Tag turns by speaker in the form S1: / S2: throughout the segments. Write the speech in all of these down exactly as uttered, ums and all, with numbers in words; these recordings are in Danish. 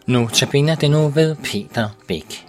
S1: Nu tabiner det nu ved Peter Bæk.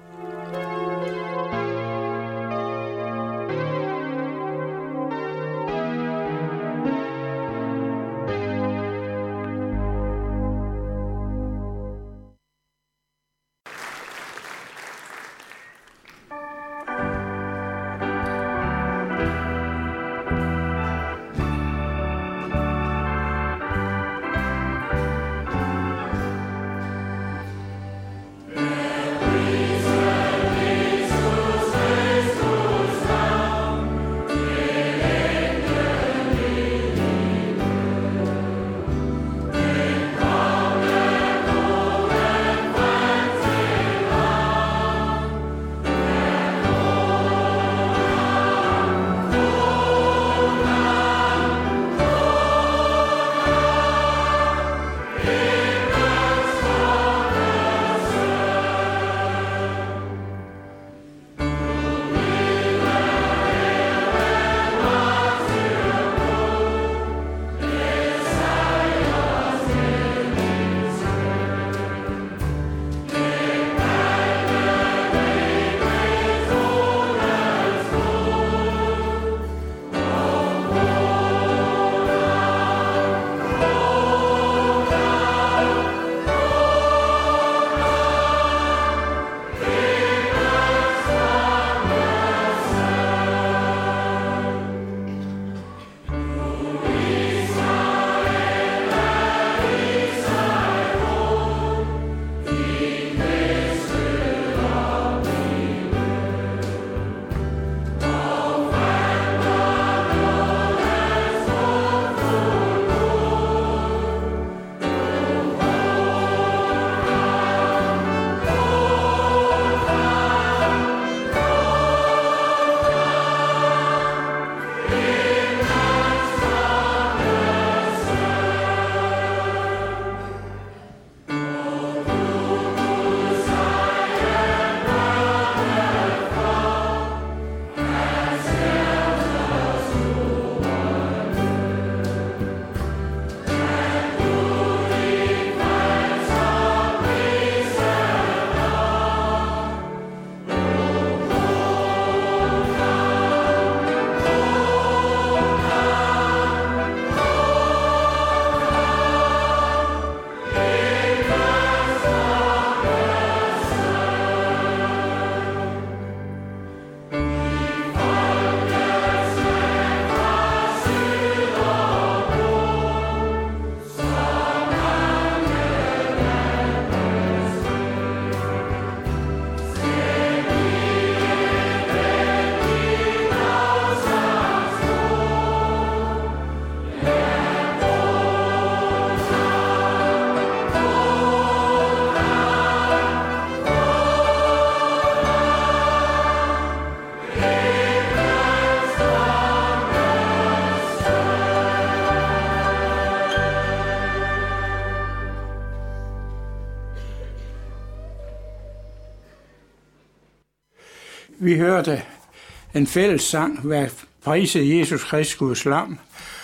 S2: Vi hørte en fælles sang, hvad priset Jesus Kristus Guds lam,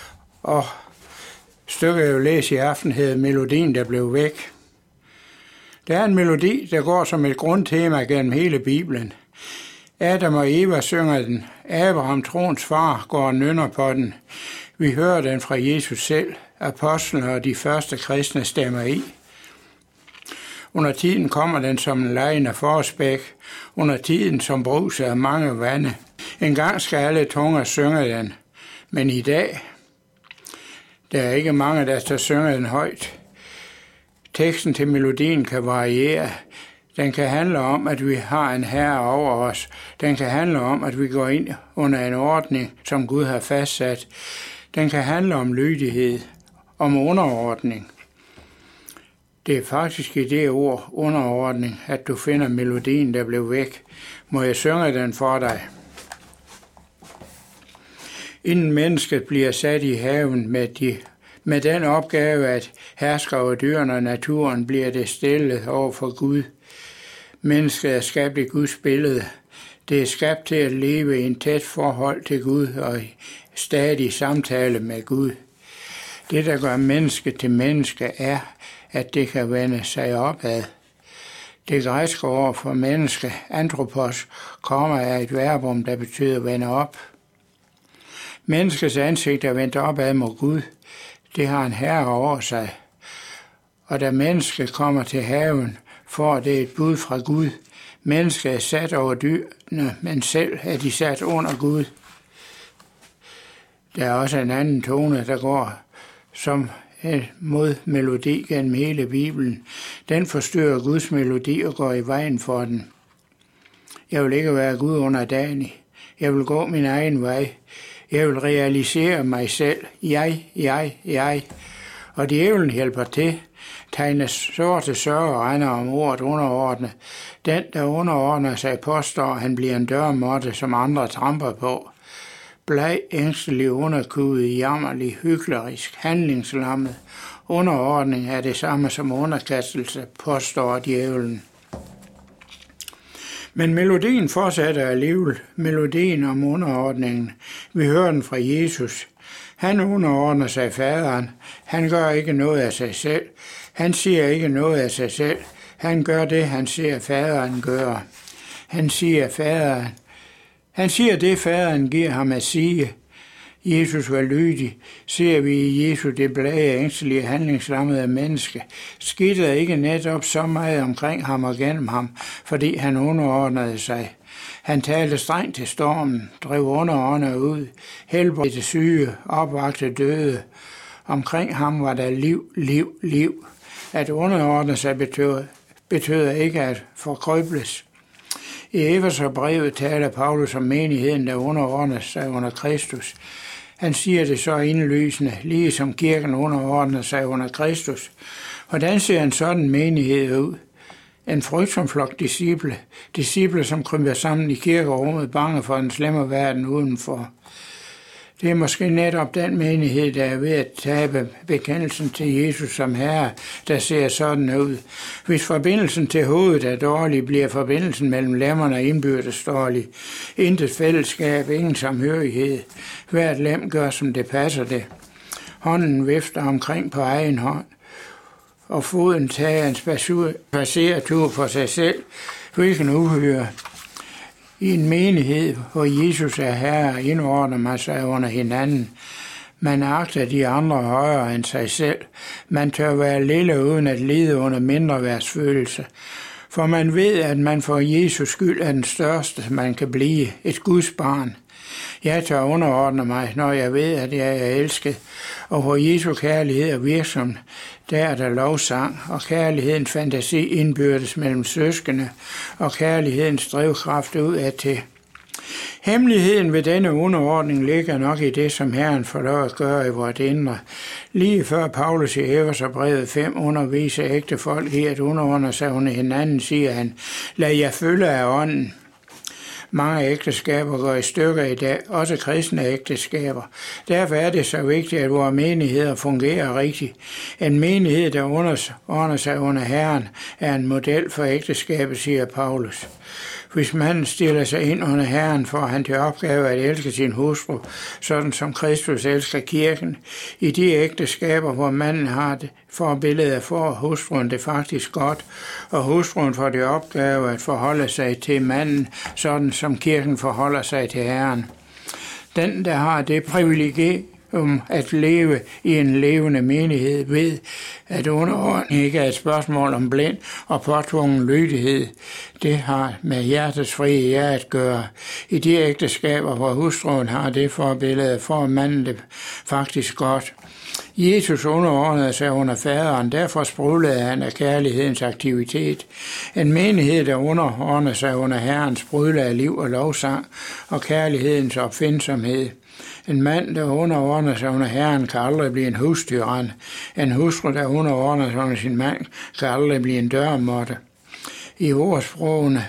S2: og stykket jeg jo læst i aften hedder Melodien, der blev væk. Der er en melodi, der går som et grundtema gennem hele Bibelen. Adam og Eva synger den. Abraham, troens far, går og nynner på den. Vi hører den fra Jesus selv. Apostlene og de første kristne stemmer i. Under tiden kommer den som en lejende forspæk. Under tiden som bruset af mange vande. En gang skal alle tunger synge den. Men i dag, der er ikke mange, der skal synge den højt. Teksten til melodien kan variere. Den kan handle om, at vi har en herre over os. Den kan handle om, at vi går ind under en ordning, som Gud har fastsat. Den kan handle om lydighed, om underordning. Det er faktisk i det ord, underordning, at du finder melodien, der blev væk. Må jeg synge den for dig? Inden mennesket bliver sat i haven med, de, med den opgave, at hersker over dyrene og naturen, bliver det stillet over for Gud. Mennesket er skabt i Guds billede. Det er skabt til at leve i en tæt forhold til Gud og i stadig samtale med Gud. Det, der gør menneske til menneske, er, at det kan vende sig opad. Det græske ord for menneske, anthropos, kommer af et verbum, der betyder vende op. Menneskets ansigt er vendt opad mod Gud. Det har en herre over sig. Og da mennesket kommer til haven, får det et bud fra Gud. Mennesket er sat over dyrene, men selv er de sat under Gud. Der er også en anden tone, der går som en modmelodi gennem hele Bibelen. Den forstyrrer Guds melodi og går i vejen for den. Jeg vil ikke være Gud underdanig. Jeg vil gå min egen vej. Jeg vil realisere mig selv. Jeg, jeg, jeg. Og djævlen hjælper til. Tegnes sorte sørger regner om ordet underordnet. Den, der underordner sig, påstår, han bliver en dørmåtte, som andre tramper på. Bleg, ængstelig, underkudet, jammerlig, hyklerisk, handlingslammet. Underordning er det samme som underkastelse, påstår djævlen. Men melodien fortsætter alligevel. Melodien om underordningen. Vi hører den fra Jesus. Han underordner sig faderen. Han gør ikke noget af sig selv. Han siger ikke noget af sig selv. Han gør det, han ser faderen gøre. Han siger faderen. Han siger det, faderen giver ham at sige. Jesus var lydig. Ser vi i Jesu det blage, ængstelige, handlingslammede menneske, skete der ikke netop så meget omkring ham og gennem ham, fordi han underordnede sig. Han talte strengt til stormen, drev underånder ud, helbredte syge, opvagte døde. Omkring ham var der liv, liv, liv. At underordne sig betød, betød ikke at forkrøbles. I Efeserbrevet taler Paulus om menigheden, der underordner sig under Kristus. Han siger det så indlysende, lige som kirken underordner sig under Kristus. Hvordan ser en sådan menighed ud? En frygtsom flok disciple, disciple som krymper sammen i kirkerummet, bange for den slemme verden udenfor. Det er måske netop den menighed, der er ved at tabe bekendelsen til Jesus som Herre, der ser sådan ud. Hvis forbindelsen til hovedet er dårlig, bliver forbindelsen mellem lemmerne indbyrdes dårlig. Intet fællesskab, ingen samhørighed. Hvert lem gør, som det passer det. Hånden vifter omkring på egen hånd, og foden tager en spaceretur for sig selv. Hvilken uhyre. I en menighed, hvor Jesus er herre, indordner man sig under hinanden. Man agter de andre højere end sig selv. Man tør være lille uden at lide under mindreværdsfølelse. For man ved, at man for Jesus skyld er den største, man kan blive, et Guds barn. Jeg tør underordne mig, når jeg ved, at jeg er elsket, og hvor Jesu kærlighed er virksom, der er der lovsang, og kærlighedens fantasi indbyrdes mellem søskende, og kærlighedens drivkraft ud af til. Hemmeligheden ved denne underordning ligger nok i det, som Herren får lov at gøre i vort indre. Lige før Paulus i Efeserbrevet fem underviser ægte folk i at underordne sig under hinanden, siger han, lad jer følge af ånden. Mange ægteskaber går i stykker i dag, også kristne ægteskaber. Derfor er det så vigtigt, at vores menigheder fungerer rigtigt. En menighed, der underordner sig under Herren, er en model for ægteskabet, siger Paulus. Hvis manden stiller sig ind under Herren, får han til opgave at elske sin hustru, sådan som Kristus elsker kirken. I de ægteskaber, hvor manden har det forbillede, får hustruen det faktisk godt, og hustruen får det opgave at forholde sig til manden, sådan som kirken forholder sig til Herren. Den, der har det privilegie om at leve i en levende menighed, ved, at underordning ikke er et spørgsmål om blind og påtvungen lydighed. Det har med hjertets frie hjerte at gøre. I de ægteskaber, hvor hustruen har det forbillede, får manden det faktisk godt. Jesus underordnede sig under faderen, derfor sprudlede han af kærlighedens aktivitet. En menighed, der underordner sig under Herrens sprudler af liv og lovsang og kærlighedens opfindsomhed. En mand, der underordner sig under Herren, kan aldrig blive en hustyran. En hustru, der underordner sig under sin mand, kan aldrig blive en dørmåtte. I ordsprogene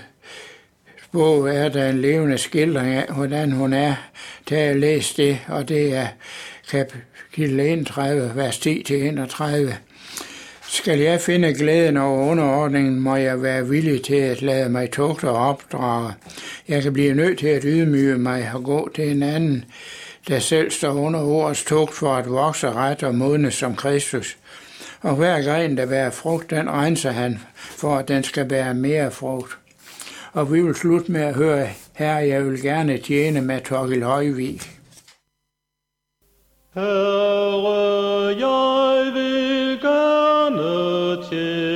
S2: sprog er der en levende skildring af, hvordan hun er. Tag og læs det, og det er kapitel enogtredive, vers ti til enogtredive. Skal jeg finde glæden over underordningen, må jeg være villig til at lade mig tugte og opdrage. Jeg kan blive nødt til at ydmyge mig og gå til en anden, der selv står under ordets tugt for at vokse ret og modnes som Kristus. Og hver gren, der bærer frugt, den renser han, for at den skal bære mere frugt. Og vi vil slutte med at høre, Herre, jeg vil gerne tjene med Thorkild Højvig.
S3: Herre, jeg vil gerne tjene